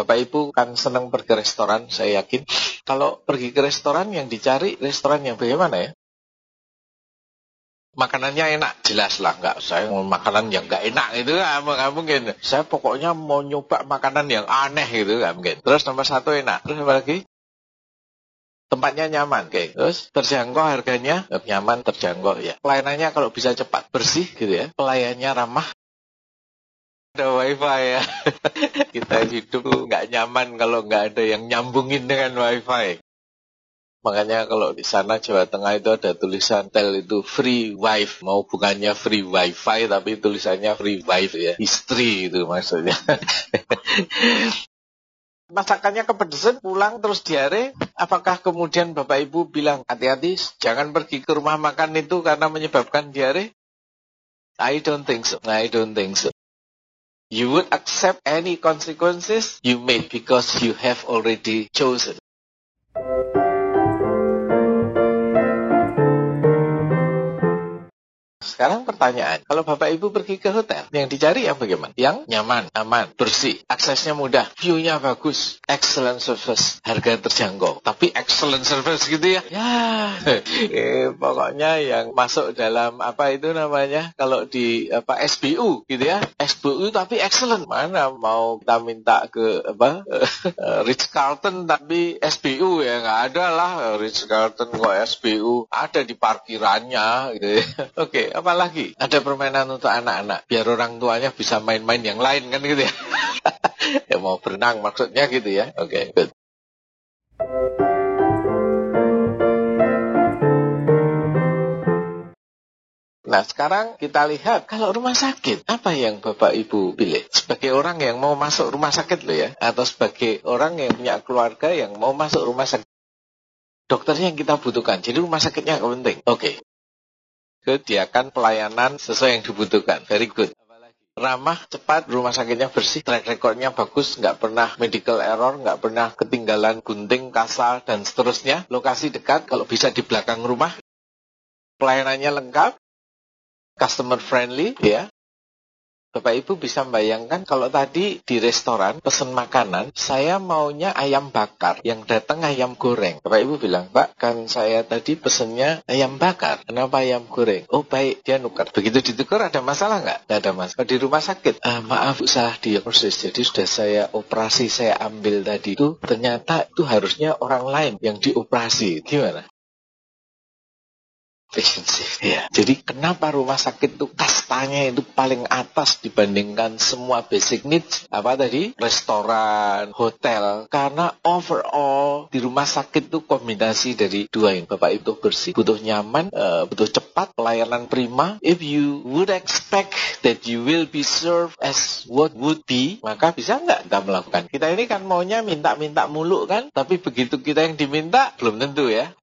Bapak Ibu kan senang pergi restoran, saya yakin. Kalau pergi ke restoran yang dicari restoran yang bagaimana ya? Makanannya enak, jelas lah. Nggak, saya mau makanan yang nggak enak itu nggak mungkin. Saya pokoknya mau nyoba makanan yang aneh gitu, nggak mungkin. Terus nomor 1 enak. Terus apa lagi? Tempatnya nyaman, oke. Terus terjangkau harganya, nyaman, terjangkau ya. Pelayanannya kalau bisa cepat, bersih gitu ya. Pelayannya ramah. Ada wifi ya. Kita hidup nggak nyaman kalau nggak ada yang nyambungin dengan wifi. Makanya kalau di sana Jawa Tengah itu ada tulisan tel itu free wifi. Mau bukannya free wifi tapi tulisannya free wifi ya. Istri itu maksudnya. Masakannya kepedesan, pulang terus diare. Apakah kemudian Bapak Ibu bilang hati-hati jangan pergi ke rumah makan itu karena menyebabkan diare? I don't think so. I don't think so. You would accept any consequences you made because you have already chosen. Sekarang pertanyaan, kalau Bapak Ibu pergi ke hotel, yang dicari yang bagaimana? Yang nyaman, aman, bersih, aksesnya mudah, view-nya bagus, excellent service, harga terjangkau. Tapi excellent service gitu ya? Ya, pokoknya yang masuk dalam apa itu namanya? Kalau di SBU gitu ya? SBU tapi excellent. Mana mau kita minta ke Ritz Carlton tapi SBU ya? Nggak ada lah Ritz Carlton kok SBU. Ada di parkirannya gitu ya. Oke, apa lagi? Ada permainan untuk anak-anak biar orang tuanya bisa main-main yang lain kan gitu ya. Ya mau berenang maksudnya gitu ya. Oke, good. Nah, sekarang kita lihat kalau rumah sakit, apa yang Bapak Ibu pilih? Sebagai orang yang mau masuk rumah sakit loh ya, atau sebagai orang yang punya keluarga yang mau masuk rumah sakit. Dokternya yang kita butuhkan. Jadi rumah sakitnya penting. Oke. Sediakan pelayanan sesuai yang dibutuhkan. Very good. Ramah, cepat, rumah sakitnya bersih, track recordnya bagus, nggak pernah medical error, nggak pernah ketinggalan gunting, kasar, dan seterusnya. Lokasi dekat, kalau bisa di belakang rumah. Pelayanannya lengkap, customer friendly, ya. Bapak Ibu bisa membayangkan kalau tadi di restoran pesen makanan, saya maunya ayam bakar, yang datang ayam goreng. Bapak Ibu bilang, Pak, kan saya tadi pesennya ayam bakar, kenapa ayam goreng? Oh baik, dia nukar. Begitu ditukar ada masalah nggak? Nggak ada masalah. Di rumah sakit, maaf salah diagnosis, jadi sudah saya operasi, saya ambil tadi itu, ternyata itu harusnya orang lain yang dioperasi. Gimana? Efisiensi. Ya. Jadi kenapa rumah sakit itu kastanya itu paling atas dibandingkan semua basic needs? Apa tadi? Restoran, hotel. Karena overall di rumah sakit itu kombinasi dari dua ini. Bapak itu bersih, butuh nyaman, butuh cepat, pelayanan prima. If you would expect that you will be served as what would be, maka bisa nggak kita melakukan? Kita ini kan maunya minta-minta mulu kan? Tapi begitu kita yang diminta, belum tentu ya.